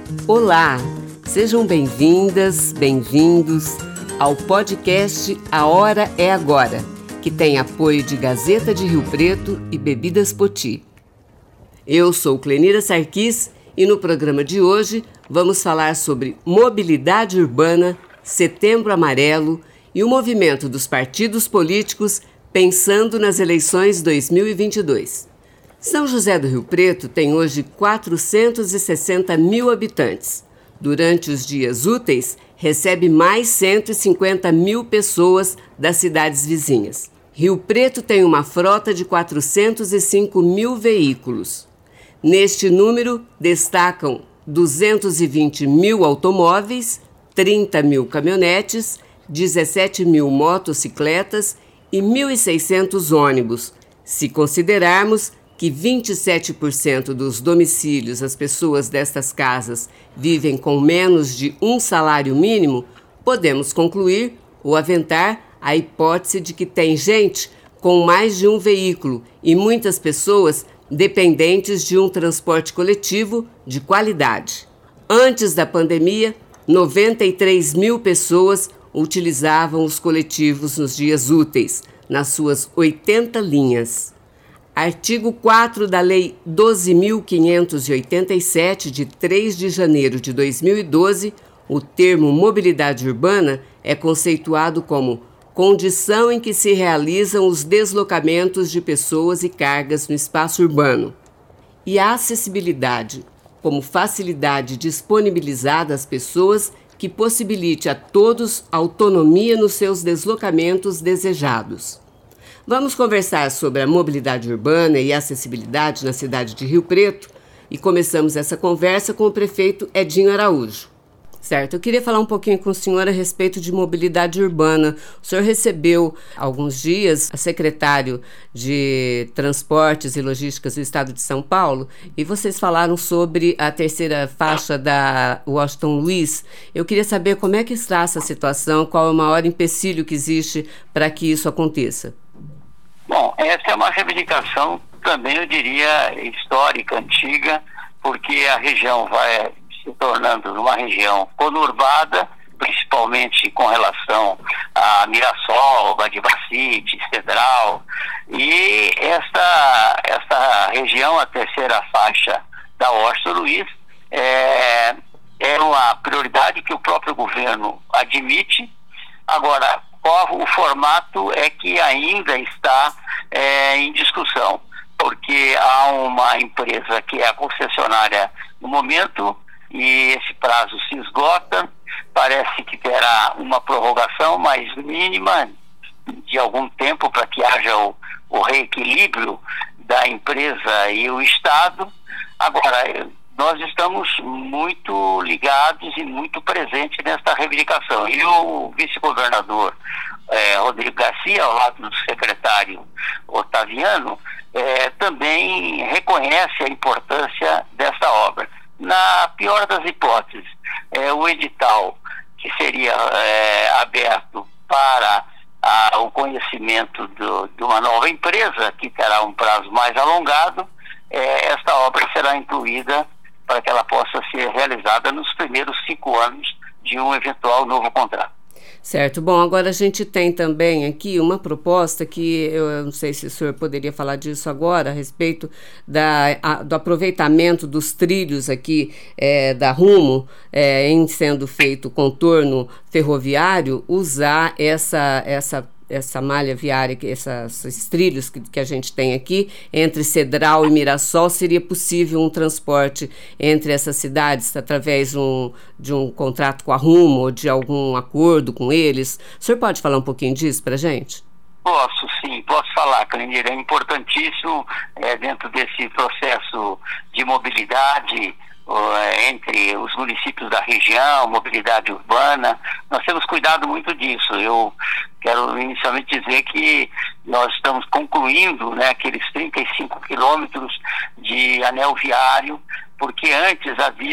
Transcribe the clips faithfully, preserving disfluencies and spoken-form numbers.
Olá, sejam bem-vindas, bem-vindos ao podcast A Hora é Agora, que tem apoio de Gazeta de Rio Preto e Bebidas Poti. Eu sou Clenira Sarquis e no programa de hoje vamos falar sobre mobilidade urbana, Setembro Amarelo e o movimento dos partidos políticos pensando nas eleições dois mil e vinte e dois. São José do Rio Preto tem hoje quatrocentos e sessenta mil habitantes. Durante os dias úteis, recebe mais cento e cinquenta mil pessoas das cidades vizinhas. Rio Preto tem uma frota de quatrocentos e cinco mil veículos. Neste número, destacam duzentos e vinte mil automóveis, trinta mil caminhonetes, dezessete mil motocicletas e mil e seiscentos ônibus, se considerarmos que vinte e sete por cento dos domicílios as pessoas destas casas vivem com menos de um salário mínimo, podemos concluir ou aventar a hipótese de que tem gente com mais de um veículo e muitas pessoas dependentes de um transporte coletivo de qualidade. Antes da pandemia, noventa e três mil pessoas utilizavam os coletivos nos dias úteis, nas suas oitenta linhas. Artigo quatro da Lei doze mil quinhentos e oitenta e sete, de três de janeiro de dois mil e doze, o termo mobilidade urbana é conceituado como condição em que se realizam os deslocamentos de pessoas e cargas no espaço urbano. E a acessibilidade, como facilidade disponibilizada às pessoas que possibilite a todos autonomia nos seus deslocamentos desejados. Vamos conversar sobre a mobilidade urbana e acessibilidade na cidade de Rio Preto e começamos essa conversa com o prefeito Edinho Araújo. Certo, eu queria falar um pouquinho com o senhor a respeito de mobilidade urbana. O senhor recebeu há alguns dias a secretário de Transportes e Logísticas do Estado de São Paulo e vocês falaram sobre a terceira faixa da Washington Luiz. Eu queria saber como é que está essa situação, qual é o maior empecilho que existe para que isso aconteça. Bom, essa é uma reivindicação também, eu diria, histórica, antiga, porque a região vai se tornando uma região conurbada, principalmente com relação a Mirassol, Badibacite, Cedral, e esta, esta região, a terceira faixa da Washington Luiz, é, é uma prioridade que o próprio governo admite. Agora, o formato é que ainda está é, em discussão, porque há uma empresa que é a concessionária no momento e esse prazo se esgota. Parece que terá uma prorrogação, mas mínima, de algum tempo, para que haja o, o reequilíbrio da empresa e o Estado. Agora, nós estamos muito ligados e muito presentes nesta reivindicação. E o vice-governador eh, Rodrigo Garcia, ao lado do secretário Otaviano, eh, também reconhece a importância dessa obra. Na pior das hipóteses, eh, o edital que seria eh, aberto para a, o conhecimento do, de uma nova empresa, que terá um prazo mais alongado, eh, esta obra será incluída para que ela possa ser realizada nos primeiros cinco anos de um eventual novo contrato. Certo. Bom, agora a gente tem também aqui uma proposta que eu não sei se o senhor poderia falar disso agora, a respeito da, a, do aproveitamento dos trilhos aqui é, da Rumo, é, em sendo feito contorno ferroviário, usar essa, essa essa malha viária, essa, esses trilhos que, que a gente tem aqui, entre Cedral e Mirassol, seria possível um transporte entre essas cidades através de um, de um contrato com a Rumo ou de algum acordo com eles? O senhor pode falar um pouquinho disso para a gente? Posso, sim, posso falar, Clenir. É importantíssimo, é, dentro desse processo de mobilidade entre os municípios da região, mobilidade urbana, nós temos cuidado muito disso. Eu quero inicialmente dizer que nós estamos concluindo, né, aqueles trinta e cinco quilômetros de anel viário, porque antes havia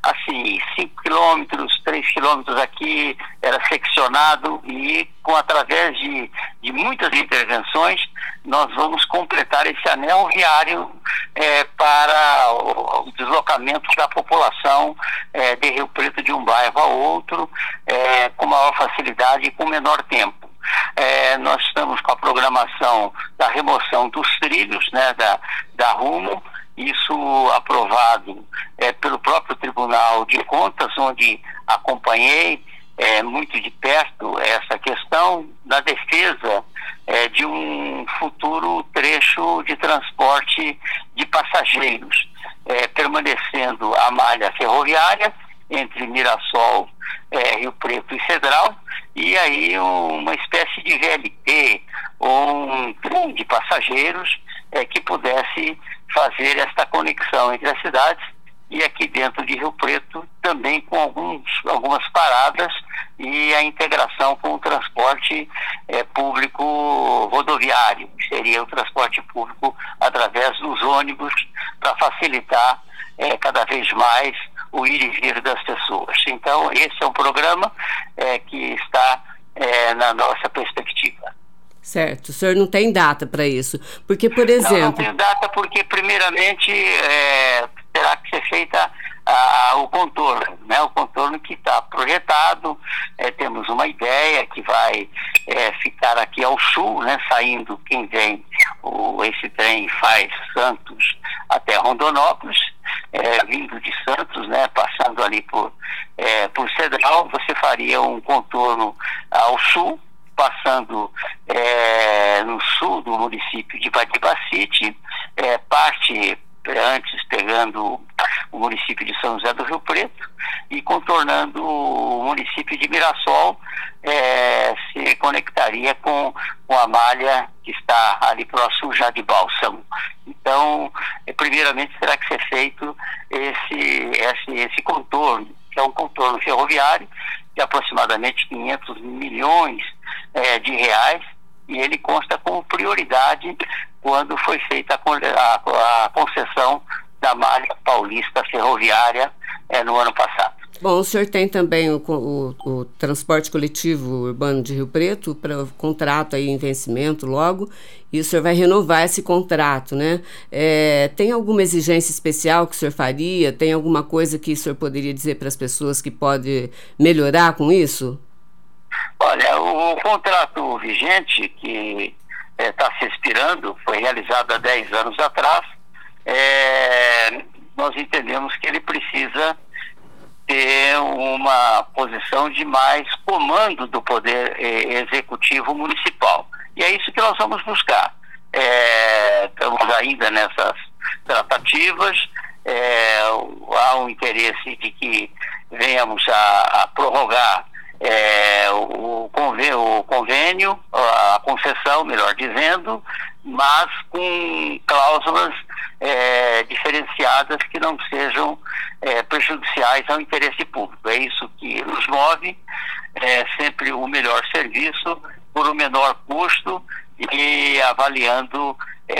assim, cinco quilômetros, três quilômetros aqui, era seccionado, e com através de, de muitas intervenções, nós vamos completar esse anel viário é, para o, o deslocamento da população é, de Rio Preto de um bairro a outro, é, com maior facilidade e com menor tempo. É, nós estamos com a programação da remoção dos trilhos, né, da, da Rumo, isso aprovado é, pelo próprio Tribunal de Contas, onde acompanhei é, muito de perto essa questão da defesa é, de um futuro trecho de transporte de passageiros, é, permanecendo a malha ferroviária entre Mirassol, é, Rio Preto e Cedral, e aí uma espécie de V L T ou um trem de passageiros é, que pudesse fazer esta conexão entre as cidades, e aqui dentro de Rio Preto também com alguns, algumas paradas e a integração com o transporte é, público rodoviário, que seria o transporte público através dos ônibus, para facilitar é, cada vez mais o ir e vir das pessoas. Então, esse é um programa é, que está é, na nossa perspectiva. Certo, o senhor não tem data para isso, porque, por exemplo... Não, não tem data porque, primeiramente, é, terá que ser feita a, o contorno, né? O contorno que está projetado, é, temos uma ideia que vai é, ficar aqui ao sul, né? Saindo, quem vem, o, esse trem faz Santos até Rondonópolis, é, vindo de Santos, né? Passando ali por, é, por Cedral, você faria um contorno ao sul, passando é, no sul do município de Badibacite, é, parte antes pegando o município de São José do Rio Preto e contornando o município de Mirassol, é, se conectaria com, com a malha que está ali próximo já de Bálsamo. Então, é, primeiramente terá que ser feito esse, esse, esse contorno, que é um contorno ferroviário de aproximadamente quinhentos milhões é, de reais, e ele consta como prioridade quando foi feita a, a, a concessão da malha paulista ferroviária é, no ano passado. Bom, o senhor tem também o, o, o transporte coletivo urbano de Rio Preto, para o contrato aí em vencimento logo, e o senhor vai renovar esse contrato, né? É, tem alguma exigência especial que o senhor faria? Tem alguma coisa que o senhor poderia dizer para as pessoas que pode melhorar com isso? Olha, o contrato vigente que está é, se expirando, foi realizado há dez anos atrás, é, nós entendemos que ele precisa ter uma posição de mais comando do poder eh, executivo municipal. E é isso que nós vamos buscar. É, estamos ainda nessas tratativas, é, há um interesse de que venhamos a, a prorrogar é, o, convênio, o convênio, a concessão, melhor dizendo, mas com cláusulas é, diferenciadas que não sejam é, prejudiciais ao interesse público. É isso que nos move, é sempre o melhor serviço por um menor custo e avaliando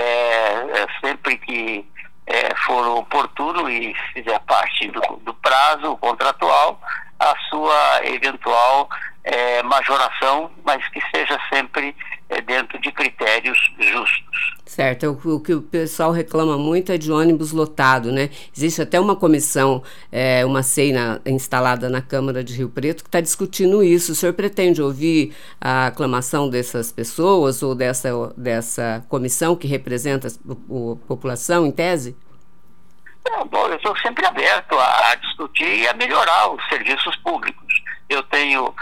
é, sempre que é, for oportuno e fizer parte do, do prazo contratual, a sua eventual é, majoração, mas que seja sempre é, dentro de critérios justos. Certo, o, o que o pessoal reclama muito é de ônibus lotado, né? Existe até uma comissão, é, uma C E I na, instalada na Câmara de Rio Preto que está discutindo isso. O senhor pretende ouvir a aclamação dessas pessoas ou dessa, dessa comissão que representa a, a população, em tese? É, bom, eu estou sempre aberto a, a discutir e a melhorar os serviços públicos. Eu tenho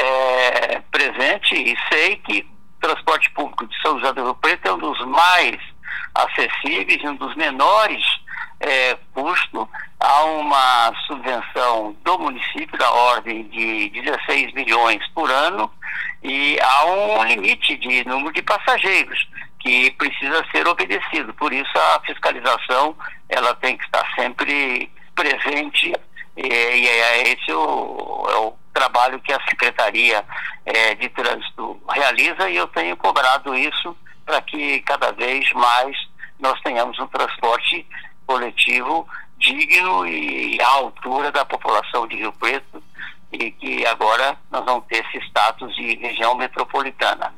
é, presente e sei que o transporte público de São José do Rio Preto é um dos mais acessíveis e um dos menores é, custos. Há uma subvenção do município da ordem de dezesseis milhões por ano e há um limite de número de passageiros que precisa ser obedecido. Por isso a fiscalização ela tem que estar sempre presente e, e é esse o, é o trabalho que a Secretaria é, de Trânsito realiza, e eu tenho cobrado isso para que cada vez mais nós tenhamos um transporte coletivo digno e à altura da população de Rio Preto, e que agora nós vamos ter esse status de região metropolitana.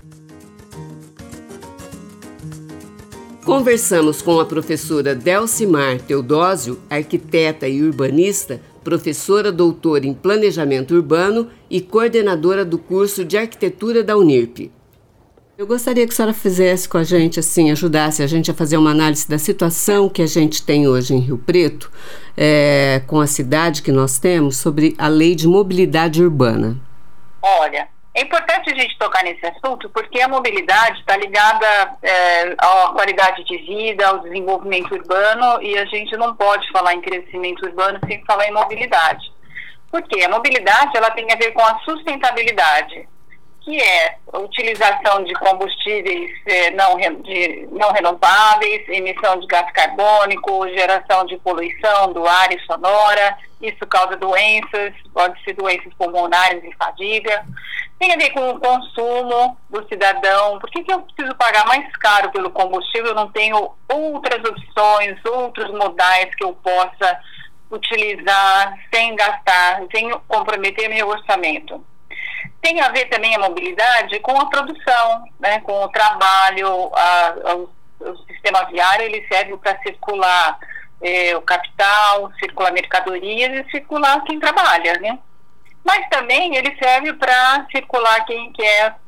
Conversamos com a professora Delcimar Teodósio, arquiteta e urbanista, professora doutora em Planejamento Urbano e coordenadora do curso de Arquitetura da Unirp. Eu gostaria que a senhora fizesse com a gente, assim, ajudasse a gente a fazer uma análise da situação que a gente tem hoje em Rio Preto, é, com a cidade que nós temos, sobre a Lei de Mobilidade Urbana. Olha, é importante a gente tocar nesse assunto porque a mobilidade está ligada é, à qualidade de vida, ao desenvolvimento urbano, e a gente não pode falar em crescimento urbano sem falar em mobilidade. Porque a mobilidade ela tem a ver com a sustentabilidade, que é a utilização de combustíveis eh, não, de, não renováveis, emissão de gás carbônico, geração de poluição do ar e sonora. Isso causa doenças, pode ser doenças pulmonares e fadiga. Tem a ver com o consumo do cidadão. Por que que eu preciso pagar mais caro pelo combustível? Eu não tenho outras opções, outros modais que eu possa utilizar sem gastar, sem comprometer meu orçamento. Tem a ver também a mobilidade com a produção, né, com o trabalho. A, a, o sistema viário ele serve para circular eh, o capital, circular mercadorias e circular quem trabalha, né? Mas também ele serve para circular quem quer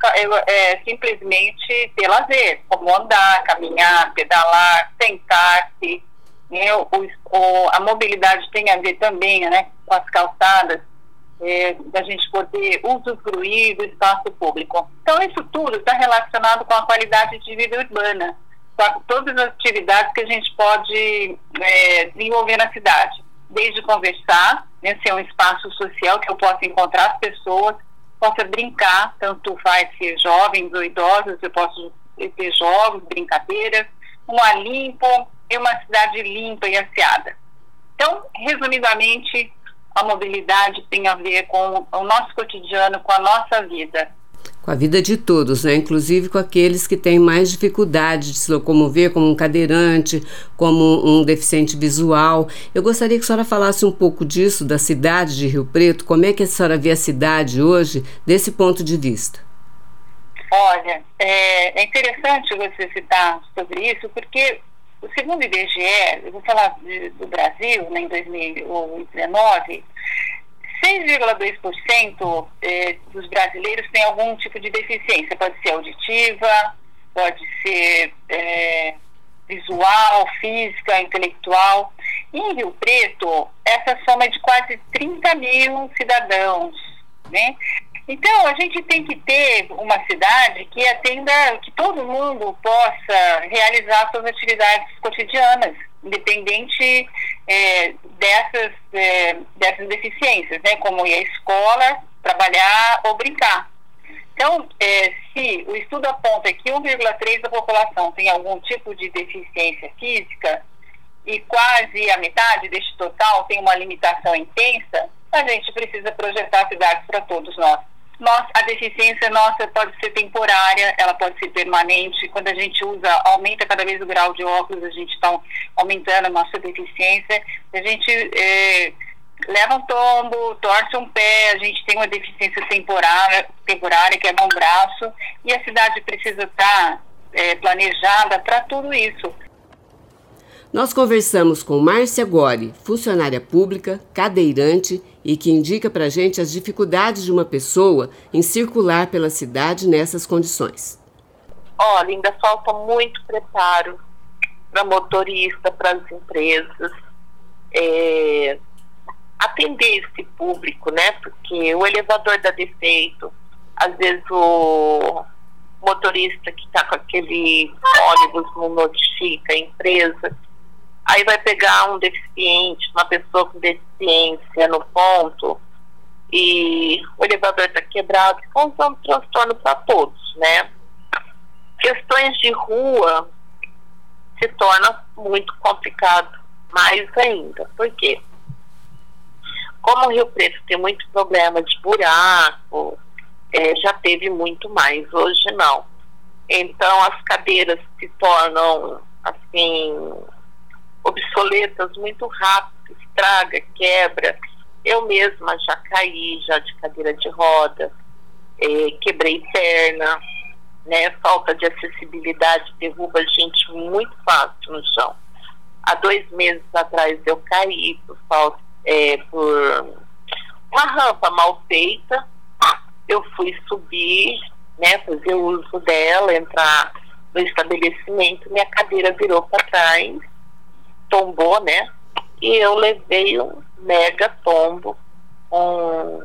é, simplesmente ter lazer, como andar, caminhar, pedalar, sentar-se. Né? O, o, a mobilidade tem a ver também, né, com as calçadas, É, da gente poder usufruir do espaço público. Então, isso tudo está relacionado com a qualidade de vida urbana, com a, todas as atividades que a gente pode é, desenvolver na cidade. Desde conversar, né, ser um espaço social que eu possa encontrar as pessoas, possa brincar, tanto faz ser jovens ou idosos, eu posso ter jogos, brincadeiras, um ar limpo e uma cidade limpa e asseada. Então, resumidamente, a mobilidade tem a ver com o nosso cotidiano, com a nossa vida. Com a vida de todos, né? Inclusive com aqueles que têm mais dificuldade de se locomover, como um cadeirante, como um deficiente visual. Eu gostaria que a senhora falasse um pouco disso, da cidade de Rio Preto. Como é que a senhora vê a cidade hoje, desse ponto de vista? Olha, é, é interessante você citar sobre isso, porque segundo o I B G E, eu vou falar de, do Brasil, né, em dois mil e dezenove, seis vírgula dois por cento eh, dos brasileiros têm algum tipo de deficiência. Pode ser auditiva, pode ser eh, visual, física, intelectual. E em Rio Preto, essa soma é de quase trinta mil cidadãos, né? Então, a gente tem que ter uma cidade que atenda, que todo mundo possa realizar suas atividades cotidianas, independente é, dessas, é, dessas deficiências, né? Como ir à escola, trabalhar ou brincar. Então, é, se o estudo aponta que um vírgula três por cento da população tem algum tipo de deficiência física e quase a metade deste total tem uma limitação intensa, a gente precisa projetar cidades para todos nós. Nós, a deficiência nossa pode ser temporária, ela pode ser permanente. Quando a gente usa, aumenta cada vez o grau de óculos, a gente está aumentando a nossa deficiência. A gente é, leva um tombo, torce um pé, a gente tem uma deficiência temporária, temporária que é um braço, e a cidade precisa estar é, planejada para tudo isso. Nós conversamos com Márcia Gori, funcionária pública, cadeirante e que indica para a gente as dificuldades de uma pessoa em circular pela cidade nessas condições. Olha, ainda falta muito preparo para motorista, para as empresas, é, atender esse público, né? Porque o elevador dá defeito, às vezes o motorista que está com aquele ônibus não notifica a empresa. Aí vai pegar um deficiente, uma pessoa com deficiência no ponto, e o elevador está quebrado, causando transtorno para todos, né? Questões de rua se torna muito complicado, mais ainda. Por quê? Como o Rio Preto tem muito problema de buraco, é, já teve muito mais, hoje não. Então as cadeiras se tornam, assim, obsoletas muito rápido, estraga, quebra. Eu mesma já caí, já de cadeira de roda, é, quebrei perna, né? Falta de acessibilidade derruba a gente muito fácil no chão. Há dois meses atrás eu caí por falta, é, por uma rampa mal feita. Eu fui subir, né, fazer uso dela, entrar no estabelecimento, minha cadeira virou para trás, tombou, né? E eu levei um mega tombo, um,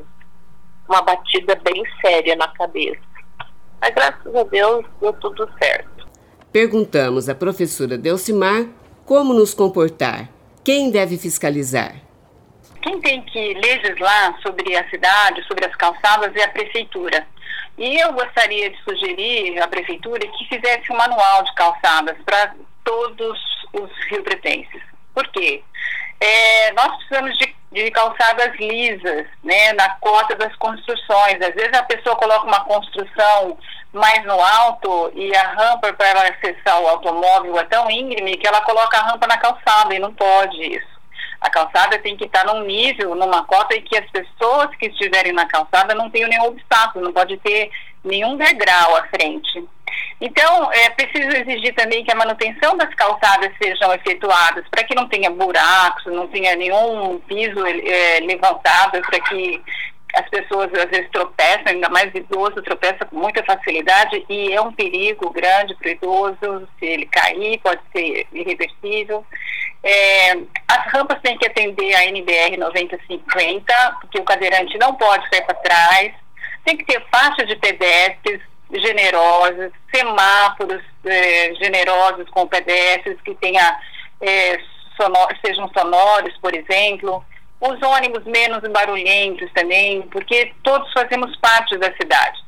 uma batida bem séria na cabeça. Mas graças a Deus deu tudo certo. Perguntamos à professora Delcimar como nos comportar. Quem deve fiscalizar? Quem tem que legislar sobre a cidade, sobre as calçadas, é a prefeitura. E eu gostaria de sugerir à prefeitura que fizesse um manual de calçadas para todos os riopretenses. Por quê? É, nós precisamos de, de calçadas lisas, né, na cota das construções. Às vezes a pessoa coloca uma construção mais no alto e a rampa para ela acessar o automóvel é tão íngreme que ela coloca a rampa na calçada, e não pode isso. A calçada tem que estar num nível, numa cota em que as pessoas que estiverem na calçada não tenham nenhum obstáculo, não pode ter nenhum degrau à frente. Então, é preciso exigir também que a manutenção das calçadas sejam efetuadas para que não tenha buracos, não tenha nenhum piso é, levantado, para que as pessoas às vezes tropeçam, ainda mais idoso, tropeça com muita facilidade, e é um perigo grande para o idoso. Se ele cair, pode ser irreversível. É, as rampas têm que atender a N B R noventa cinquenta, porque o cadeirante não pode sair para trás. Tem que ter faixas de pedestres generosas, semáforos é, generosos com pedestres, que tenha, é, sonor, sejam sonoros, por exemplo. Os ônibus menos barulhentos também, porque todos fazemos parte da cidade.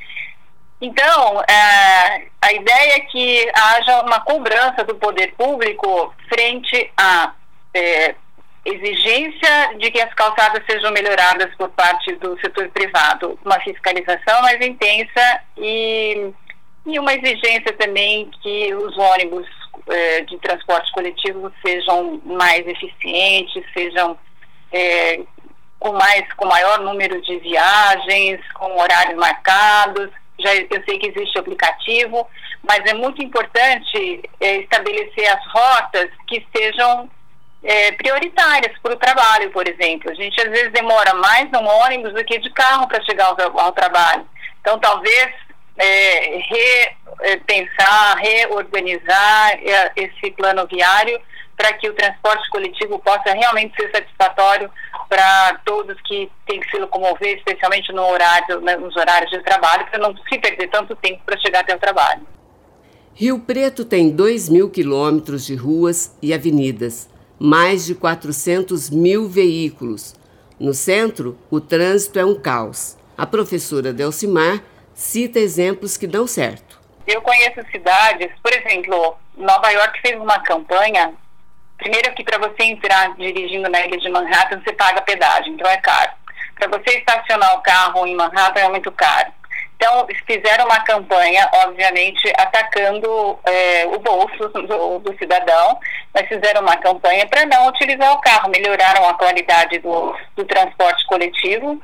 Então, é, a ideia é que haja uma cobrança do poder público frente à é, exigência de que as calçadas sejam melhoradas por parte do setor privado, uma fiscalização mais intensa e, e uma exigência também que os ônibus é, de transporte coletivo sejam mais eficientes, sejam é, com, mais, com maior número de viagens, com horários marcados. Já, eu sei que existe aplicativo, mas é muito importante é, estabelecer as rotas que sejam é, prioritárias para o trabalho, por exemplo. A gente às vezes demora mais no ônibus do que de carro para chegar ao, ao trabalho. Então, talvez é, repensar, reorganizar é, esse plano viário para que o transporte coletivo possa realmente ser satisfatório para todos que têm que se locomover, especialmente no horário, nos horários de trabalho, para não se perder tanto tempo para chegar até o trabalho. Rio Preto tem dois mil quilômetros de ruas e avenidas, mais de quatrocentos mil veículos. No centro, o trânsito é um caos. A professora Delcimar cita exemplos que dão certo. Eu conheço cidades, por exemplo, Nova York fez uma campanha. Primeiro que para você entrar dirigindo na ilha de Manhattan, você paga pedágio, então é caro. Para você estacionar o carro em Manhattan é muito caro. Então, fizeram uma campanha, obviamente, atacando é, o bolso do, do cidadão, mas fizeram uma campanha para não utilizar o carro, melhoraram a qualidade do, do transporte coletivo.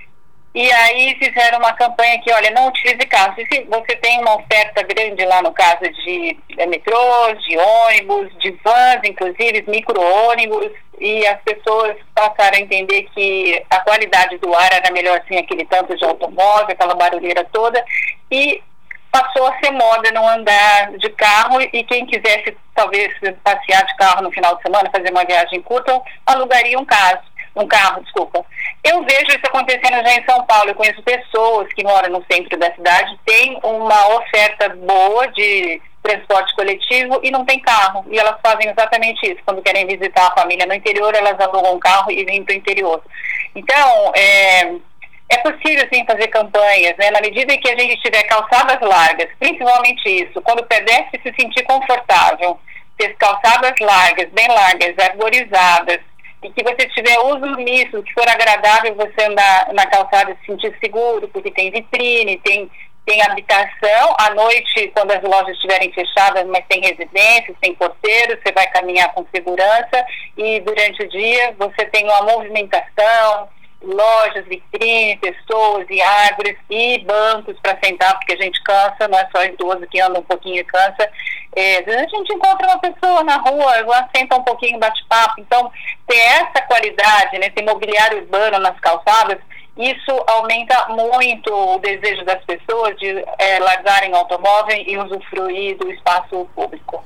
E aí fizeram uma campanha que, olha, não utilize carro. Se você tem uma oferta grande lá no caso de, de metrôs, de ônibus, de vans, inclusive micro-ônibus, e as pessoas passaram a entender que a qualidade do ar era melhor sem aquele tanto de automóvel, aquela barulheira toda, e passou a ser moda não andar de carro, e quem quisesse talvez passear de carro no final de semana, fazer uma viagem curta, alugaria um carro. Um carro, desculpa. Eu vejo isso acontecendo já em São Paulo. Eu conheço pessoas que moram no centro da cidade, tem uma oferta boa de transporte coletivo e não tem carro. E elas fazem exatamente isso. Quando querem visitar a família no interior, elas alugam um carro e vêm para o interior. Então, é, é possível, sim, fazer campanhas, né? Na medida em que a gente tiver calçadas largas, principalmente isso, quando o pedestre se sentir confortável, ter calçadas largas, bem largas, arborizadas, e que você tiver uso nisso, que for agradável você andar na calçada e se sentir seguro, porque tem vitrine, tem tem habitação, à noite, quando as lojas estiverem fechadas, mas tem residências, tem porteiros, você vai caminhar com segurança, e durante o dia você tem uma movimentação, lojas, vitrines, pessoas e árvores e bancos para sentar, porque a gente cansa, não é só idoso que anda um pouquinho e cansa. É, às vezes a gente encontra uma pessoa na rua, ela senta um pouquinho, bate papo. Então, ter essa qualidade, né, esse mobiliário urbano nas calçadas, isso aumenta muito o desejo das pessoas de é, largarem o automóvel e usufruir do espaço público.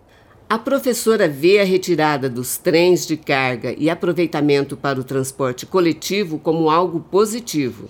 A professora vê a retirada dos trens de carga e aproveitamento para o transporte coletivo como algo positivo.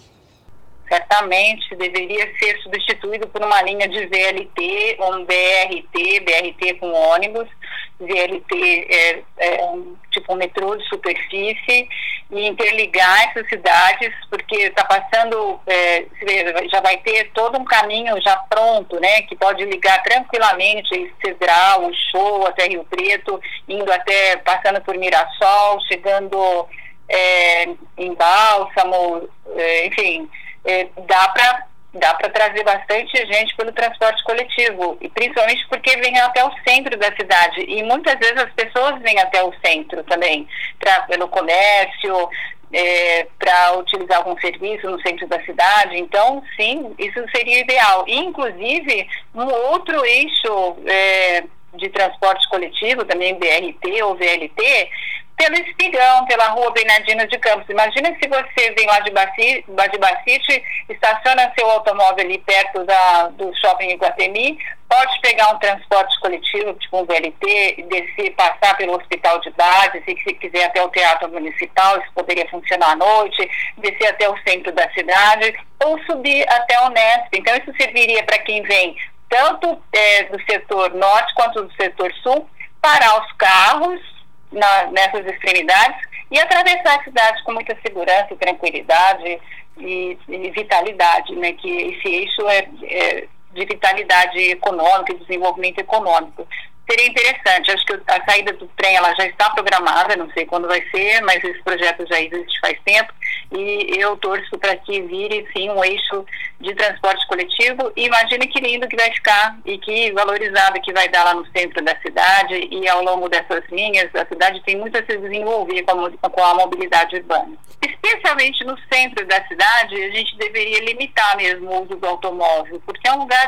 Certamente deveria ser substituído por uma linha de V L T, um B R T, B R T com ônibus. V L T é, é um, tipo um metrô de superfície, e interligar essas cidades, porque está passando, é, já vai ter todo um caminho já pronto, né, que pode ligar tranquilamente Cedral, o Show, até Rio Preto, indo até, passando por Mirassol, chegando é, em Bálsamo, é, enfim, é, dá para dá para trazer bastante gente pelo transporte coletivo, e principalmente porque vem até o centro da cidade, e muitas vezes as pessoas vêm até o centro também, pra, pelo comércio, é, para utilizar algum serviço no centro da cidade. Então, sim, isso seria ideal. E, inclusive, um outro eixo é, de transporte coletivo, também B R T ou V L T, pelo Espigão, pela rua Bernardino de Campos. Imagina se você vem lá de Bacite, de Bacite, estaciona seu automóvel ali perto da, do shopping Iguatemi, pode pegar um transporte coletivo, tipo um V L T, descer, passar pelo Hospital de Base, se, se quiser até o Teatro Municipal, isso poderia funcionar à noite, descer até o centro da cidade, ou subir até o Unesp. Então isso serviria para quem vem tanto é, do setor norte quanto do setor sul, parar os carros Na, nessas extremidades e atravessar a cidade com muita segurança, tranquilidade e, e vitalidade, né? Que esse eixo é, é de vitalidade econômica e desenvolvimento econômico. Seria interessante, acho que a saída do trem ela já está programada, não sei quando vai ser, mas esse projeto já existe faz tempo, e eu torço para que vire, sim, um eixo de transporte coletivo. E imagine que lindo que vai ficar e que valorizado que vai dar lá no centro da cidade, e ao longo dessas linhas a cidade tem muito a se desenvolver com a, com a mobilidade urbana. Especialmente no centro da cidade, a gente deveria limitar mesmo o uso do automóvel, porque é um lugar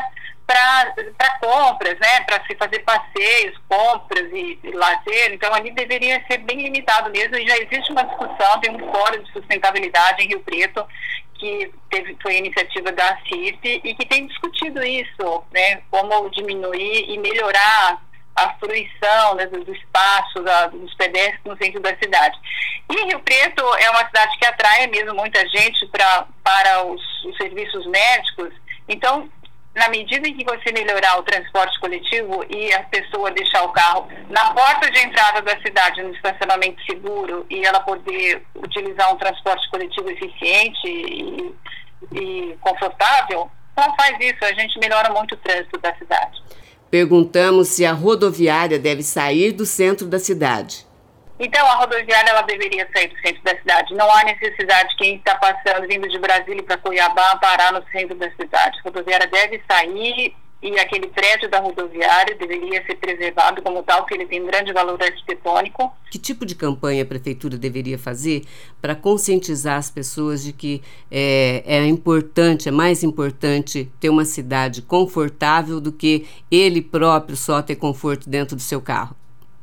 para compras, né, para se fazer passeios, compras e, e lazer. Então ali deveria ser bem limitado mesmo, e já existe uma discussão, tem um fórum de sustentabilidade em Rio Preto, que teve, foi a iniciativa da C I P, e que tem discutido isso, né, como diminuir e melhorar a fruição, né, do, do espaço da, dos pedestres no centro da cidade. E Rio Preto é uma cidade que atrai mesmo muita gente pra, para os, os serviços médicos. Então, na medida em que você melhorar o transporte coletivo e a pessoa deixar o carro na porta de entrada da cidade, no estacionamento seguro, e ela poder utilizar um transporte coletivo eficiente e, e confortável, não faz isso, a gente melhora muito o trânsito da cidade. Perguntamos se a rodoviária deve sair do centro da cidade. Então, a rodoviária ela deveria sair do centro da cidade. Não há necessidade de quem está passando, vindo de Brasília para Cuiabá, parar no centro da cidade. A rodoviária deve sair, e aquele prédio da rodoviária deveria ser preservado como tal, porque ele tem um grande valor arquitetônico. Que tipo de campanha a prefeitura deveria fazer para conscientizar as pessoas de que é, é importante, é mais importante ter uma cidade confortável do que ele próprio só ter conforto dentro do seu carro?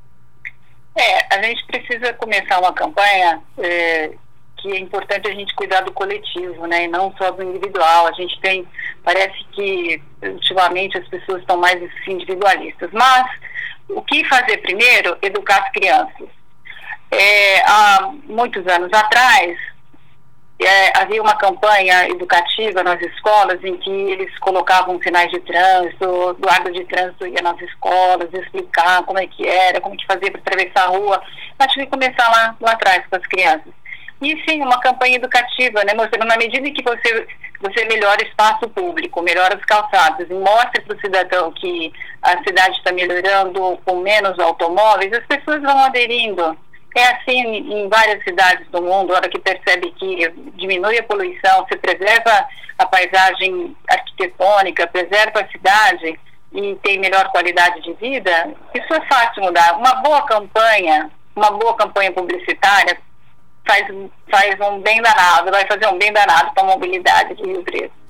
É, a gente precisa começar uma campanha é, que é importante a gente cuidar do coletivo, né, e não só do individual. A gente tem, parece que ultimamente as pessoas estão mais individualistas, mas o que fazer primeiro? Educar as crianças. É, há muitos anos atrás, É, havia uma campanha educativa nas escolas em que eles colocavam sinais de trânsito, o guarda de trânsito ia nas escolas explicar como é que era, como que fazia para atravessar a rua. Acho que começar lá, lá atrás com as crianças. E sim, uma campanha educativa, né, mostrando na medida em que você, você melhora o espaço público, melhora as calçadas e mostra para o cidadão que a cidade está melhorando com menos automóveis, as pessoas vão aderindo. É assim em várias cidades do mundo, a hora que percebe que diminui a poluição, se preserva a paisagem arquitetônica, preserva a cidade e tem melhor qualidade de vida, isso é fácil mudar. Uma boa campanha, uma boa campanha publicitária faz, faz um bem danado, vai fazer um bem danado para a mobilidade de Rio Preto.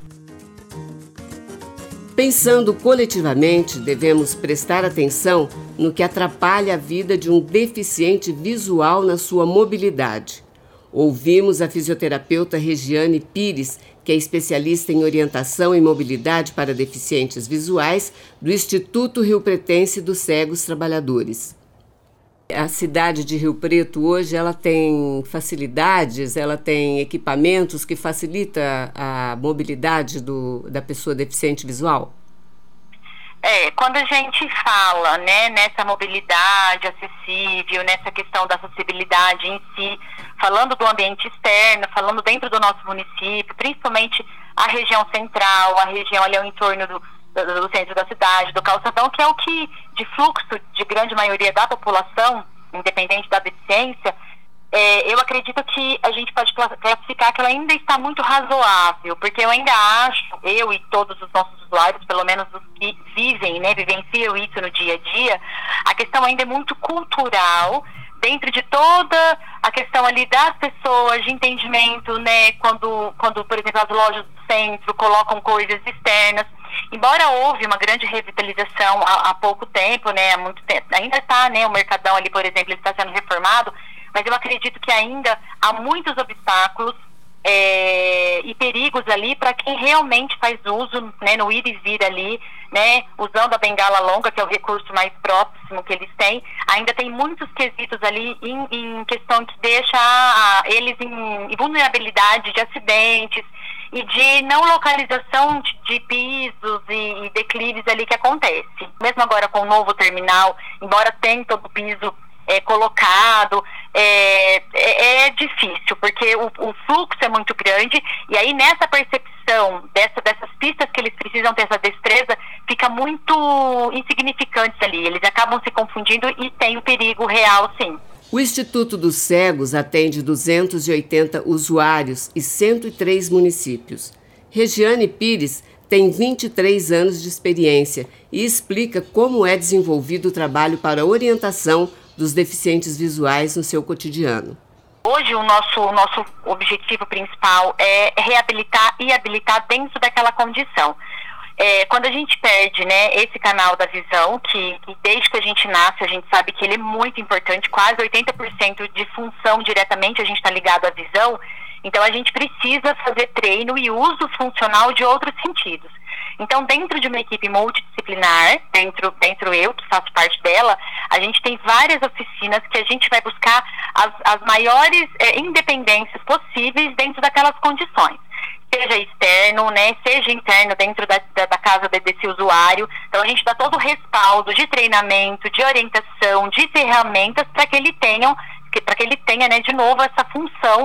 Pensando coletivamente, devemos prestar atenção no que atrapalha a vida de um deficiente visual na sua mobilidade. Ouvimos a fisioterapeuta Regiane Pires, que é especialista em orientação e mobilidade para deficientes visuais do Instituto Rio-Pretense dos Cegos Trabalhadores. A cidade de Rio Preto hoje ela tem facilidades, ela tem equipamentos que facilitam a mobilidade do, da pessoa deficiente visual? É, quando a gente fala, né, nessa mobilidade acessível, nessa questão da acessibilidade em si, falando do ambiente externo, falando dentro do nosso município, principalmente a região central, a região ali ao entorno do, do, do centro da cidade, do calçadão, que é o que, de fluxo de grande maioria da população, independente da deficiência, é, eu acredito que a gente pode classificar que ela ainda está muito razoável, porque eu ainda acho, eu e todos os nossos usuários, pelo menos os que vivem, né, vivenciam isso no dia a dia, a questão ainda é muito cultural, dentro de toda a questão ali das pessoas, de entendimento, né, quando, quando por exemplo, as lojas do centro colocam coisas externas. Embora houve uma grande revitalização há, há pouco tempo, né, há muito tempo, ainda está, né, o Mercadão ali, por exemplo, ele está sendo reformado, mas eu acredito que ainda há muitos obstáculos é, e perigos ali para quem realmente faz uso, né, no ir e vir ali, né, usando a bengala longa, que é o recurso mais próximo que eles têm. Ainda tem muitos quesitos ali em, em questão que deixa a, eles em, em vulnerabilidade de acidentes e de não localização de, de pisos e, e declives ali que acontece. Mesmo agora com o novo terminal, embora tenha todo o piso é, colocado, é, é, é difícil, porque o, o fluxo é muito grande, e aí nessa percepção dessa, dessas pistas que eles precisam ter essa destreza, fica muito insignificantes ali, eles acabam se confundindo e tem o perigo real, sim. O Instituto dos Cegos atende duzentos e oitenta usuários e cento e três municípios. Regiane Pires tem vinte e três anos de experiência e explica como é desenvolvido o trabalho para a orientação dos deficientes visuais no seu cotidiano. Hoje o nosso, o nosso objetivo principal é reabilitar e habilitar dentro daquela condição. É, quando a gente perde, né, esse canal da visão, que, que desde que a gente nasce, a gente sabe que ele é muito importante, quase oitenta por cento de função diretamente a gente está ligado à visão, então a gente precisa fazer treino e uso funcional de outros sentidos. Então, dentro de uma equipe multidisciplinar, dentro, dentro eu, que faço parte dela, a gente tem várias oficinas que a gente vai buscar as, as maiores é, independências possíveis dentro daquelas condições. Seja externo, né, seja interno dentro da, da, da casa de, desse usuário. Então a gente dá todo o respaldo de treinamento, de orientação, de ferramentas para que ele tenha, para que ele tenha, né, de novo essa função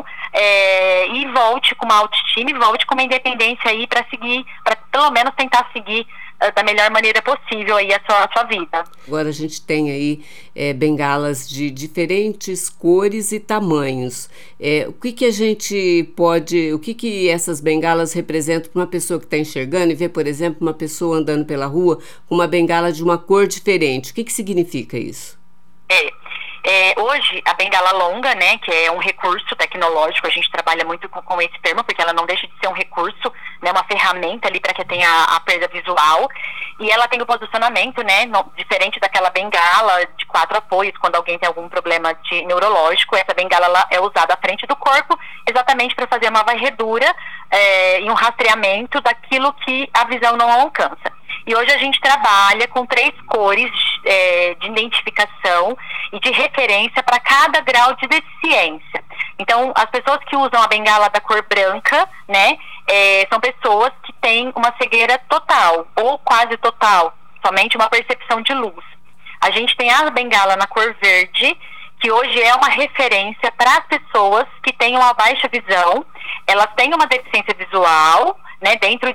é, e volte com uma autoestima e volte com uma independência aí para seguir, para pelo menos tentar seguir uh, da melhor maneira possível aí a sua, a sua vida. Agora a gente tem aí é, bengalas de diferentes cores e tamanhos. É, o que que a gente pode, o que que essas bengalas representam para uma pessoa que está enxergando e vê, por exemplo, uma pessoa andando pela rua com uma bengala de uma cor diferente? O que que significa isso? É, é, hoje a bengala longa, né, que é um recurso tecnológico, a gente trabalha muito com, com esse termo, porque ela não deixa de ser um recurso, né, uma ferramenta ali para que tenha a, a perda visual, e ela tem o posicionamento, né, no, diferente daquela bengala de quatro apoios, quando alguém tem algum problema de neurológico, essa bengala ela é usada à frente do corpo, exatamente para fazer uma varredura é, e um rastreamento daquilo que a visão não alcança. E hoje a gente trabalha com três cores é, de identificação e de referência para cada grau de deficiência. Então, as pessoas que usam a bengala da cor branca, né, é, são pessoas que têm uma cegueira total ou quase total, somente uma percepção de luz. A gente tem a bengala na cor verde, que hoje é uma referência para as pessoas que têm uma baixa visão, elas têm uma deficiência visual, né, dentro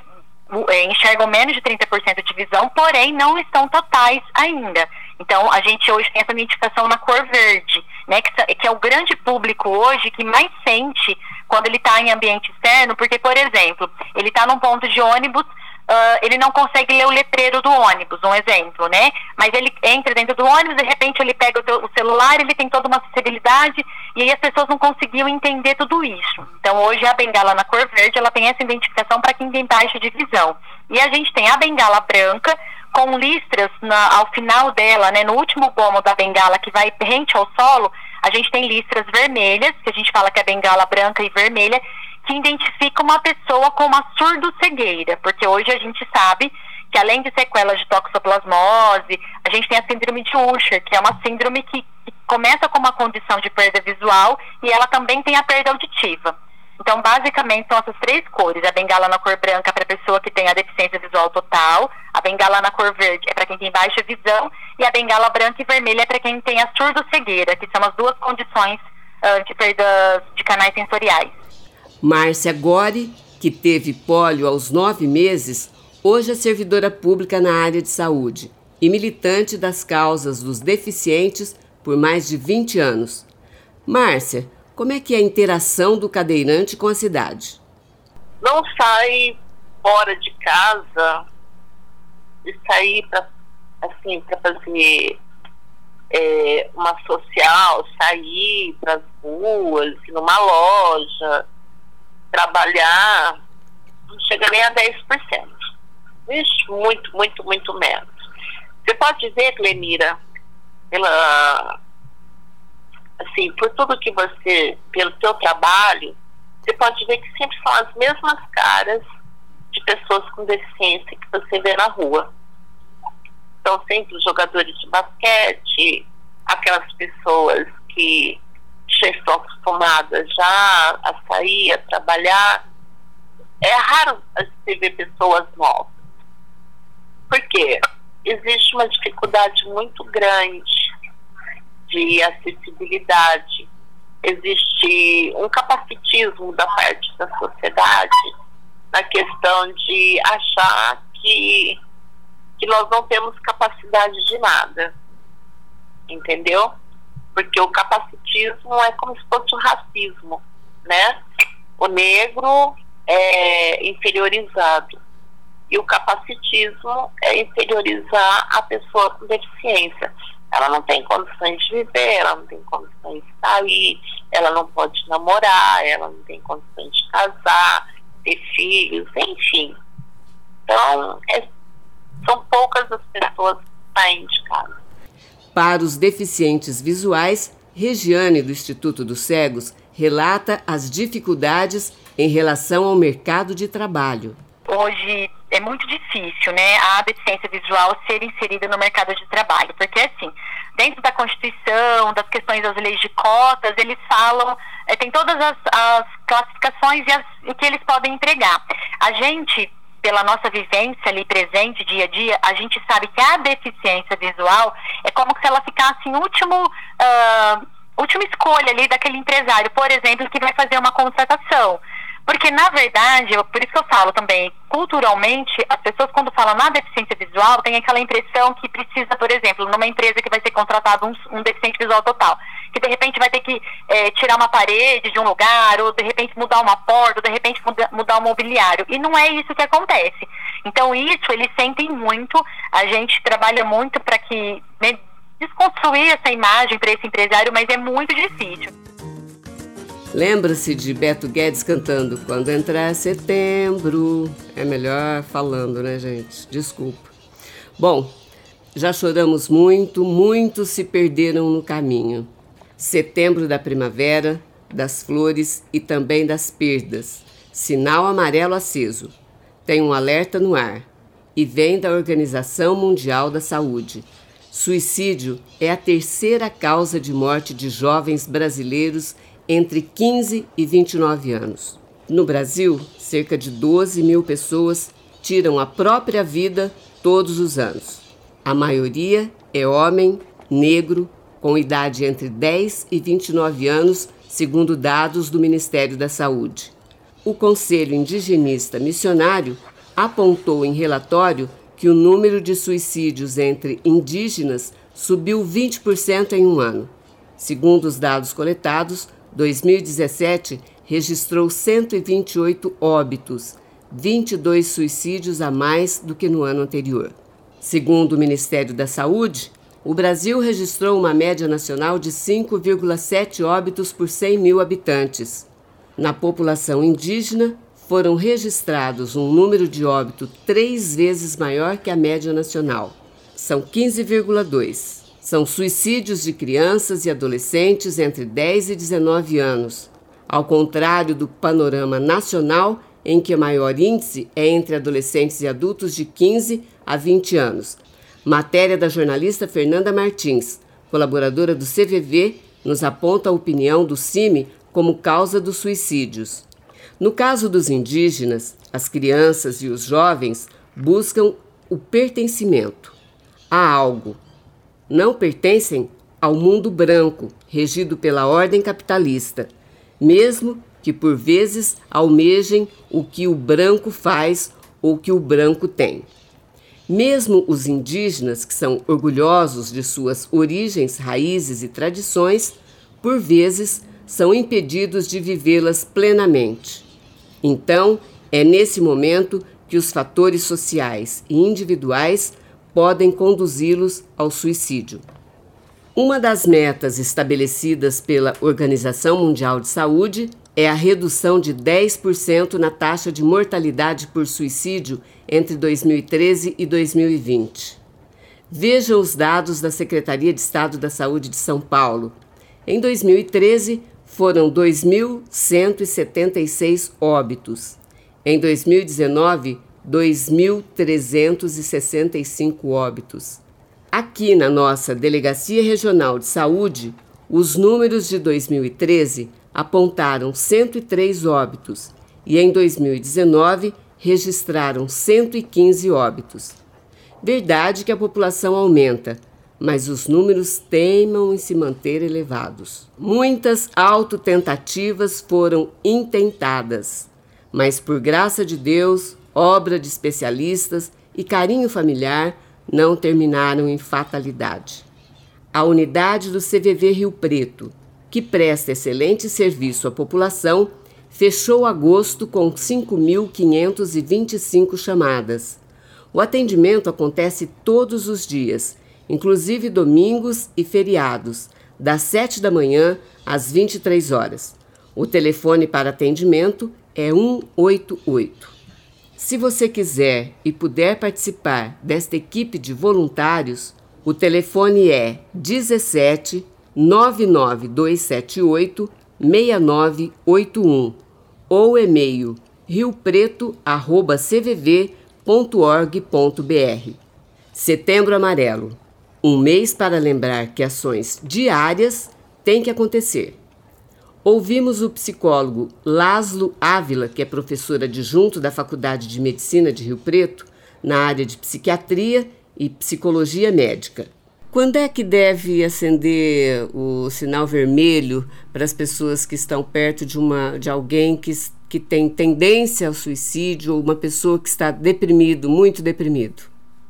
é, enxergam menos de trinta por cento de visão, porém não estão totais ainda. Então, a gente hoje tem essa identificação na cor verde, né, que, que é o grande público hoje que mais sente quando ele está em ambiente externo, porque, por exemplo, ele está num ponto de ônibus, uh, ele não consegue ler o letreiro do ônibus, um exemplo, né? Mas ele entra dentro do ônibus, de repente ele pega o, teu, o celular, ele tem toda uma acessibilidade, e aí as pessoas não conseguiam entender tudo isso. Então, hoje a bengala na cor verde, ela tem essa identificação para quem tem baixa de visão. E a gente tem a bengala branca, com listras na, ao final dela, né, no último gomo da bengala que vai rente ao solo, a gente tem listras vermelhas, que a gente fala que é bengala branca e vermelha, que identifica uma pessoa com uma surdo-cegueira, porque hoje a gente sabe que além de sequelas de toxoplasmose, a gente tem a síndrome de Usher, que é uma síndrome que, que começa com uma condição de perda visual e ela também tem a perda auditiva. Então, basicamente, são essas três cores. A bengala na cor branca para a pessoa que tem a deficiência visual total, a bengala na cor verde é para quem tem baixa visão, e a bengala branca e vermelha é para quem tem a surdo-cegueira, que são as duas condições uh, de perda de canais sensoriais. Márcia Gori, que teve pólio aos nove meses, hoje é servidora pública na área de saúde e militante das causas dos deficientes por mais de vinte anos. Márcia, como é que é a interação do cadeirante com a cidade? Não sai fora de casa e sair para assim, para fazer é, uma social, sair para as ruas, ir numa loja, trabalhar, não chega nem a dez por cento. Isso, muito, muito, muito menos. Você pode ver, Clemira, pela... assim, por tudo que você, pelo seu trabalho, você pode ver que sempre são as mesmas caras de pessoas com deficiência que você vê na rua. São sempre os jogadores de basquete, aquelas pessoas que já estão acostumadas já a sair, a trabalhar. É raro você ver pessoas novas. Por quê? Existe uma dificuldade muito grande de acessibilidade, existe um capacitismo da parte da sociedade na questão de achar que, que nós não temos capacidade de nada, entendeu? Porque o capacitismo é como se fosse o racismo, né? O negro é inferiorizado e o capacitismo é inferiorizar a pessoa com deficiência. Ela não tem condições de viver, ela não tem condições de sair, ela não pode namorar, ela não tem condições de casar, ter filhos, enfim. Então, é, são poucas as pessoas que saem de casa. Para os deficientes visuais, Regiane, do Instituto dos Cegos, relata as dificuldades em relação ao mercado de trabalho. Hoje é muito difícil, né, a deficiência visual ser inserida no mercado de trabalho, porque assim, dentro da Constituição, das questões das leis de cotas, eles falam, é, tem todas as, as classificações e as, o que eles podem empregar. A gente, pela nossa vivência ali presente, dia a dia, a gente sabe que a deficiência visual é como se ela ficasse em último, uh, última escolha ali daquele empresário, por exemplo, que vai fazer uma contratação. Porque, na verdade, eu, por isso que eu falo também, culturalmente, as pessoas quando falam na deficiência visual, têm aquela impressão que precisa, por exemplo, numa empresa que vai ser contratado um, um deficiente visual total, que de repente vai ter que é, tirar uma parede de um lugar, ou de repente mudar uma porta, ou de repente muda, mudar o mobiliário. E não é isso que acontece. Então, isso eles sentem muito, a gente trabalha muito para que, né, desconstruir essa imagem para esse empresário, mas é muito difícil. Lembra-se de Beto Guedes cantando Quando Entrar Setembro? É melhor falando, né, gente? Desculpa. Bom, já choramos muito, muitos se perderam no caminho. Setembro da primavera, das flores e também das perdas. Sinal amarelo aceso. Tem um alerta no ar. E vem da Organização Mundial da Saúde. Suicídio é a terceira causa de morte de jovens brasileiros entre quinze e vinte e nove anos. No Brasil, cerca de doze mil pessoas tiram a própria vida todos os anos. A maioria é homem, negro, com idade entre dez e vinte e nove anos, segundo dados do Ministério da Saúde. O Conselho Indigenista Missionário apontou em relatório que o número de suicídios entre indígenas subiu vinte por cento em um ano. Segundo os dados coletados, dois mil e dezessete registrou cento e vinte e oito óbitos, vinte e dois suicídios a mais do que no ano anterior. Segundo o Ministério da Saúde, o Brasil registrou uma média nacional de cinco vírgula sete óbitos por cem mil habitantes. Na população indígena, foram registrados um número de óbito três vezes maior que a média nacional. São quinze vírgula dois. São suicídios de crianças e adolescentes entre dez e dezenove anos, ao contrário do panorama nacional, em que o maior índice é entre adolescentes e adultos de quinze a vinte anos. Matéria da jornalista Fernanda Martins, colaboradora do C V V, nos aponta a opinião do C I M como causa dos suicídios. No caso dos indígenas, as crianças e os jovens buscam o pertencimento a algo. Não pertencem ao mundo branco, regido pela ordem capitalista, mesmo que por vezes almejem o que o branco faz ou que o branco tem. Mesmo os indígenas, que são orgulhosos de suas origens, raízes e tradições, por vezes são impedidos de vivê-las plenamente. Então, é nesse momento que os fatores sociais e individuais podem conduzi-los ao suicídio. Uma das metas estabelecidas pela Organização Mundial de Saúde é a redução de dez por cento na taxa de mortalidade por suicídio entre dois mil e treze e dois mil e vinte. Veja os dados da Secretaria de Estado da Saúde de São Paulo. Em dois mil e treze, foram dois mil cento e setenta e seis óbitos. Em dois mil e dezenove, dois mil trezentos e sessenta e cinco óbitos. Aqui na nossa Delegacia Regional de Saúde, os números de dois mil e treze apontaram cento e três óbitos e em dois mil e dezenove registraram cento e quinze óbitos. Verdade que a população aumenta, mas os números teimam em se manter elevados. Muitas autotentativas foram intentadas, mas por graça de Deus, obra de especialistas e carinho familiar não terminaram em fatalidade. A unidade do C V V Rio Preto, que presta excelente serviço à população, fechou agosto com cinco mil quinhentas e vinte e cinco chamadas. O atendimento acontece todos os dias, inclusive domingos e feriados, das sete da manhã às vinte e três horas. O telefone para atendimento é um oito oito. Se você quiser e puder participar desta equipe de voluntários, o telefone é dezessete, nove nove dois sete oito, seis nove oito um ou e-mail riopreto arroba c v v ponto org ponto b r. Setembro Amarelo. Um mês para lembrar que ações diárias têm que acontecer. Ouvimos o psicólogo Lázlo Ávila, que é professor adjunto da Faculdade de Medicina de Rio Preto, na área de psiquiatria e psicologia médica. Quando é que deve acender o sinal vermelho para as pessoas que estão perto de, uma, de alguém que, que tem tendência ao suicídio ou uma pessoa que está deprimido, muito deprimido?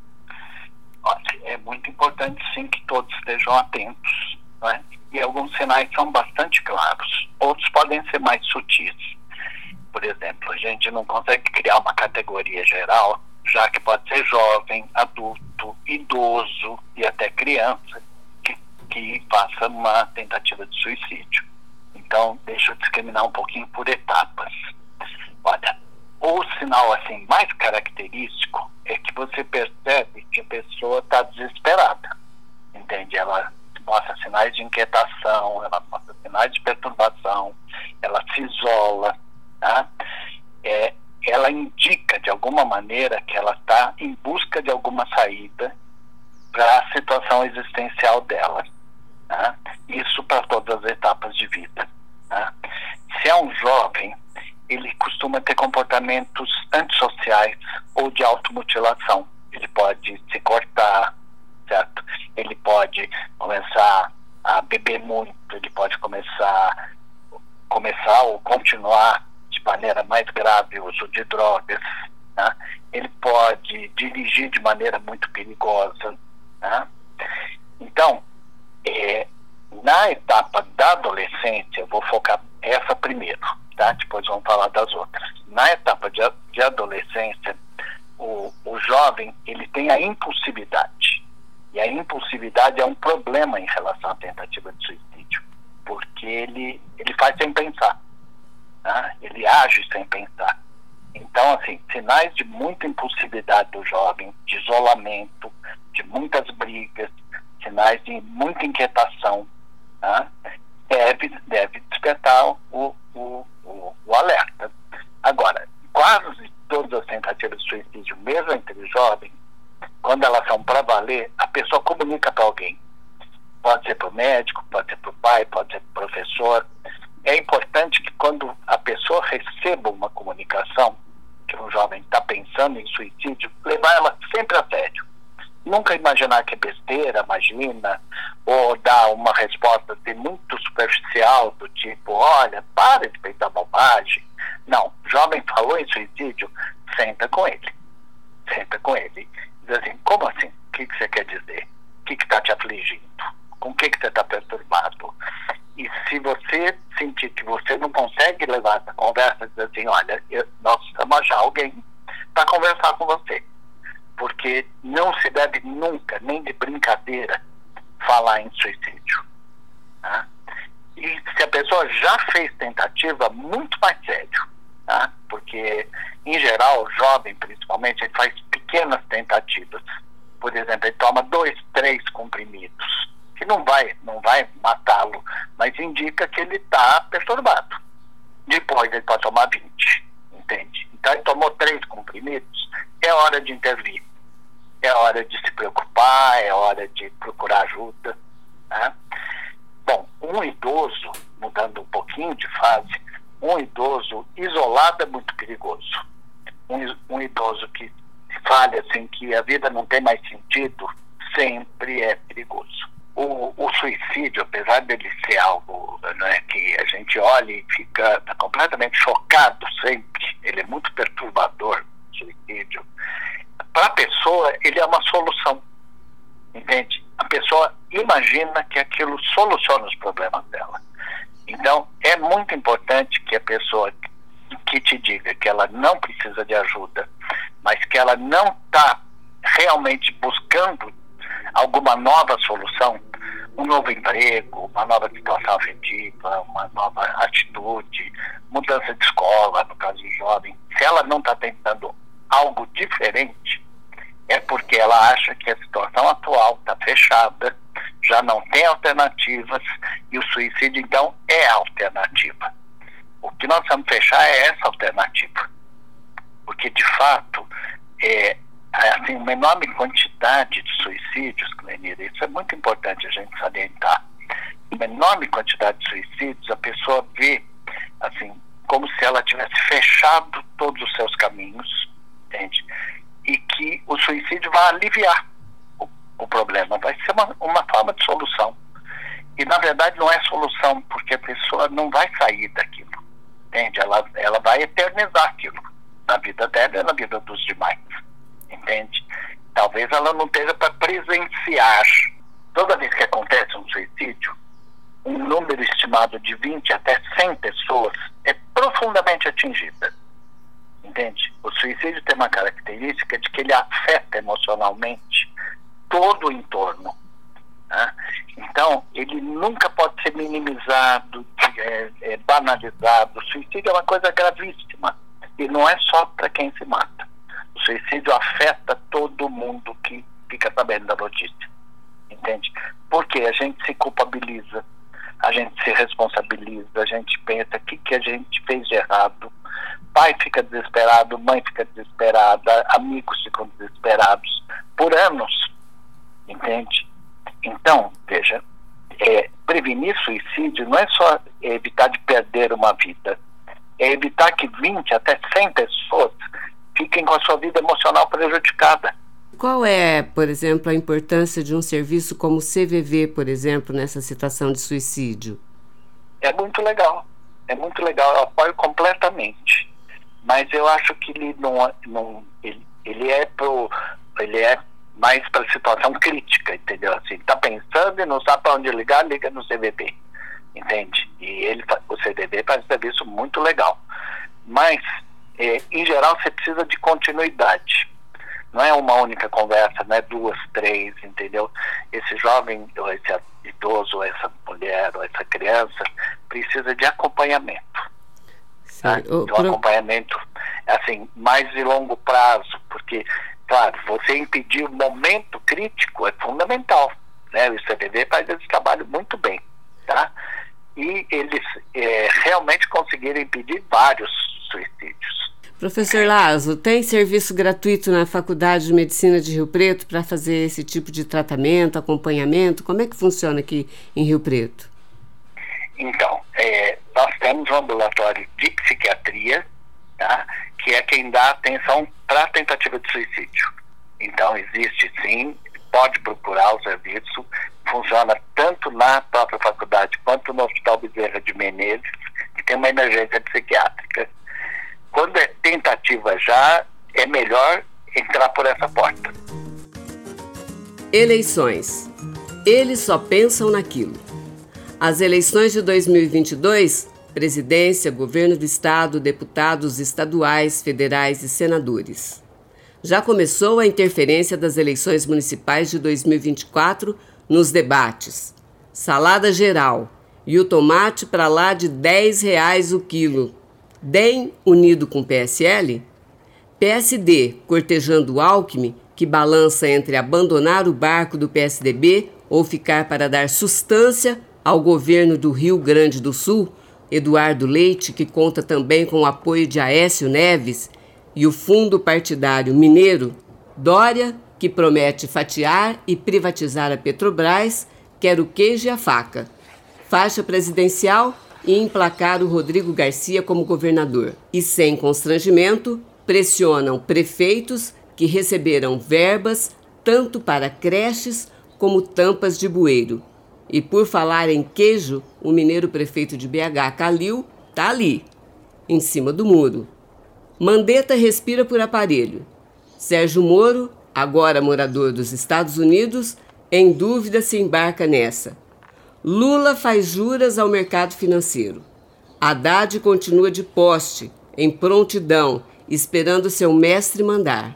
É muito importante, sim, que todos estejam atentos, né? E alguns sinais são bastante claros. Outros podem ser mais sutis. Por exemplo, a gente não consegue criar uma categoria geral, já que pode ser jovem, adulto, idoso e até criança que, que faça uma tentativa de suicídio. Então, deixa eu discriminar um pouquinho por etapas. Olha, o sinal assim mais característico é que você percebe que a pessoa está desesperada, entende? Ela mostra sinais de inquietação, ela mostra sinais de perturbação, ela se isola, tá? É, ela indica de alguma maneira que ela está em busca de alguma saída para a situação existencial dela, tá? Isso para todas as etapas de vida, tá? Se é um jovem, ele costuma ter comportamentos antissociais ou de automutilação. Ele pode se cortar, certo? Ele pode começar a beber muito, ele pode começar, começar ou continuar de maneira mais grave o uso de drogas, né? ele pode dirigir de maneira muito perigosa, né? Então, é, na etapa da adolescência, eu vou focar essa primeiro, tá? Depois vamos falar das outras. Na etapa de, de adolescência, o, o jovem, ele tem a impulsividade. E a impulsividade é um problema em relação à tentativa de suicídio, porque ele, ele faz sem pensar, né? Ele age sem pensar. Então, assim, sinais de muita impulsividade do jovem, de isolamento, de muitas brigas, sinais de muita inquietação, né? deve, deve despertar o, o, o, o alerta. Agora, quase todas as tentativas de suicídio, mesmo entre jovens, quando elas são para valer, a pessoa comunica para alguém. Pode ser para o médico, pode ser para o pai, pode ser para o professor. É importante que quando a pessoa receba uma comunicação que um jovem está pensando em suicídio, levar ela sempre a sério. Nunca imaginar que é besteira, imagina, ou dar uma resposta assim, muito superficial, do tipo, olha, para de pensar bobagem. Não, o jovem falou em suicídio, senta com ele. Senta com ele. Diz assim, como assim? O que, que você quer dizer? O que está te afligindo? Com o que, que você está perturbado? E se você sentir que você não consegue levar essa conversa, diz assim, olha, eu, nós precisamos achar alguém para conversar com você. Porque não se deve nunca, nem de brincadeira, falar em suicídio. Tá? E se a pessoa já fez tentativa, muito mais sério. Tá? Porque, em geral, o jovem, principalmente, ele faz pequenas tentativas. Por exemplo, ele toma dois, três comprimidos, que não vai, não vai matá-lo, mas indica que ele está perturbado. Depois ele pode tomar vinte, entende? Então ele tomou três comprimidos, é hora de intervir. É hora de se preocupar, é hora de procurar ajuda. Né? Bom, um idoso, mudando um pouquinho de fase, um idoso isolado é muito perigoso. Um, um idoso que fale assim que a vida não tem mais sentido, sempre é perigoso. O, o suicídio, apesar dele ser algo, né, que a gente olha e fica completamente chocado sempre, ele é muito perturbador, o suicídio. Para a pessoa, ele é uma solução, entende? A pessoa imagina que aquilo soluciona os problemas dela. Então, é muito importante que a pessoa que te diga que ela não precisa de ajuda, mas que ela não está realmente buscando alguma nova solução, um novo emprego, uma nova situação afetiva, uma nova atitude, mudança de escola, no caso de jovem, se ela não está tentando algo diferente, é porque ela acha que a situação atual está fechada, já não tem alternativas, e o suicídio, então, é a alternativa. O que nós vamos fechar é essa alternativa. Porque, de fato, é, assim, uma enorme quantidade de suicídios, Clenira, isso é muito importante a gente salientar. Uma enorme quantidade de suicídios, a pessoa vê, assim, como se ela tivesse fechado todos os seus caminhos, entende? E que o suicídio vai aliviar o, o problema, vai ser uma, uma forma de solução. E, na verdade, não é solução, porque a pessoa não vai sair daquilo, entende? Ela, ela vai eternizar aquilo na vida dela e na vida dos demais, entende? Talvez ela não esteja para presenciar. Toda vez que acontece um suicídio, um número estimado de vinte até cem pessoas é profundamente atingida. Entende? O suicídio tem uma característica de que ele afeta emocionalmente todo o entorno. Né? Então, ele nunca pode ser minimizado, é, é, banalizado. O suicídio é uma coisa gravíssima. E não é só para quem se mata. O suicídio afeta todo mundo que fica sabendo da notícia. Entende? Porque a gente se culpabiliza, a gente se responsabiliza, a gente pensa o que, que a gente fez de errado. Pai fica desesperado, mãe fica desesperada, amigos ficam desesperados por anos, entende? Então, veja, é, prevenir suicídio não é só evitar de perder uma vida, é evitar que vinte até cem pessoas fiquem com a sua vida emocional prejudicada. Qual é, por exemplo, a importância de um serviço como o C V V, por exemplo, nessa situação de suicídio? É muito legal, é muito legal, eu apoio completamente. Mas eu acho que ele não, não ele, ele é pro, ele é mais para situação crítica, entendeu? Assim, tá pensando e não sabe para onde ligar, liga no C V B, entende? E ele, o C V B faz um serviço muito legal. Mas, é, em geral, você precisa de continuidade. Não é uma única conversa, não é duas, três, entendeu? Esse jovem, ou esse idoso, ou essa mulher, ou essa criança, precisa de acompanhamento. Tá? De um pro... acompanhamento, assim, mais de longo prazo, porque, claro, você impedir o momento crítico é fundamental, né? O C V B faz esse trabalho muito bem, tá? E eles é, realmente conseguiram impedir vários suicídios. Professor Lazo, tem serviço gratuito na Faculdade de Medicina de Rio Preto para fazer esse tipo de tratamento, acompanhamento? Como é que funciona aqui em Rio Preto? Então, é, nós temos um ambulatório de psiquiatria, tá, que é quem dá atenção para a tentativa de suicídio. Então, existe sim, pode procurar o serviço, funciona tanto na própria faculdade quanto no Hospital Bezerra de Menezes, que tem uma emergência psiquiátrica. Quando é tentativa já, é melhor entrar por essa porta. Eleições. Eles só pensam naquilo. As eleições de dois mil e vinte e dois, presidência, governo do estado, deputados estaduais, federais e senadores. Já começou a interferência das eleições municipais de dois mil e vinte e quatro nos debates. Salada geral e o tomate para lá de dez reais o quilo. D E M unido com P S L? P S D cortejando Alckmin, que balança entre abandonar o barco do P S D B ou ficar para dar sustância ao governo do Rio Grande do Sul, Eduardo Leite, que conta também com o apoio de Aécio Neves, e o fundo partidário mineiro, Dória, que promete fatiar e privatizar a Petrobras, quer o queijo e a faca. Faixa presidencial e emplacar o Rodrigo Garcia como governador. E sem constrangimento, pressionam prefeitos que receberam verbas tanto para creches como tampas de bueiro. E por falar em queijo, o mineiro prefeito de B H, Calil, tá ali, em cima do muro. Mandetta respira por aparelho. Sérgio Moro, agora morador dos Estados Unidos, em dúvida se embarca nessa. Lula faz juras ao mercado financeiro. Haddad continua de poste, em prontidão, esperando seu mestre mandar.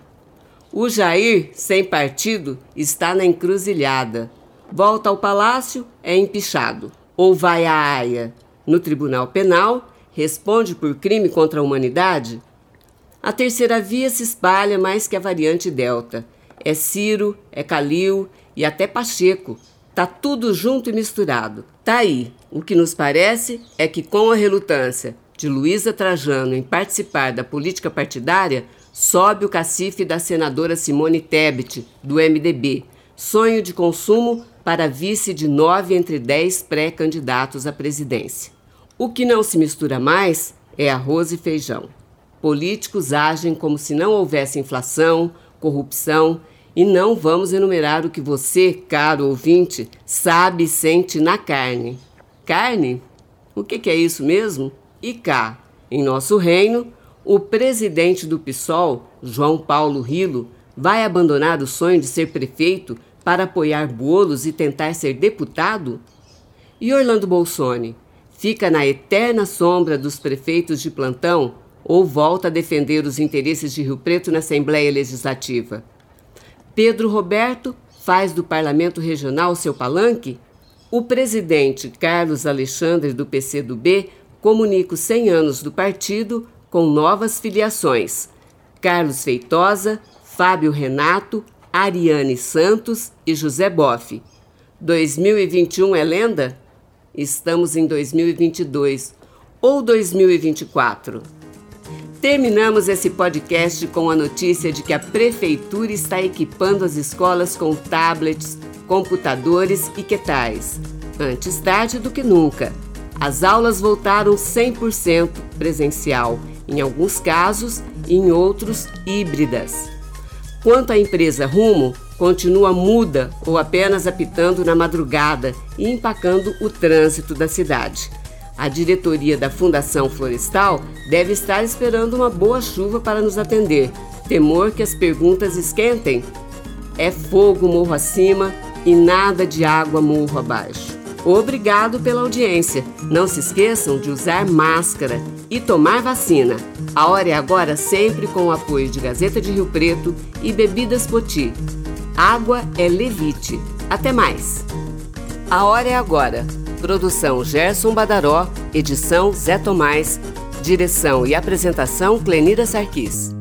O Jair, sem partido, está na encruzilhada. Volta ao palácio, é empichado. Ou vai à Haia. No Tribunal Penal, responde por crime contra a humanidade? A terceira via se espalha mais que a variante Delta. É Ciro, é Calil e até Pacheco. Tá tudo junto e misturado. Tá aí. O que nos parece é que com a relutância de Luísa Trajano em participar da política partidária, sobe o cacife da senadora Simone Tebet, do M D B. Sonho de consumo para vice de nove entre dez pré-candidatos à presidência. O que não se mistura mais é arroz e feijão. Políticos agem como se não houvesse inflação, corrupção, e não vamos enumerar o que você, caro ouvinte, sabe e sente na carne. Carne? O que, que é isso mesmo? E cá, em nosso reino, o presidente do PSOL, João Paulo Rilo, vai abandonar o sonho de ser prefeito para apoiar bolos e tentar ser deputado? E Orlando Bolsoni fica na eterna sombra dos prefeitos de plantão ou volta a defender os interesses de Rio Preto na Assembleia Legislativa? Pedro Roberto faz do Parlamento Regional seu palanque? O presidente Carlos Alexandre, do P C do B, comunica os cem anos do partido com novas filiações. Carlos Feitosa, Fábio Renato, Ariane Santos e José Boff. dois mil e vinte e um é lenda? Estamos em dois mil e vinte e dois ou dois mil e vinte e quatro. Terminamos esse podcast com a notícia de que a Prefeitura está equipando as escolas com tablets, computadores e que tais. Antes tarde do que nunca. As aulas voltaram cem por cento presencial, em alguns casos, e em outros, híbridas. Quanto à empresa Rumo, continua muda ou apenas apitando na madrugada e empacando o trânsito da cidade. A diretoria da Fundação Florestal deve estar esperando uma boa chuva para nos atender, Temor que as perguntas esquentem. É fogo morro acima e nada de água morro abaixo. Obrigado pela audiência. Não se esqueçam de usar máscara e tomar vacina. A Hora é Agora sempre com o apoio de Gazeta de Rio Preto e Bebidas Poti. Água é Levite. Até mais. A Hora é Agora. Produção Gerson Badaró, edição Zé Tomás, direção e apresentação Clenira Sarquis.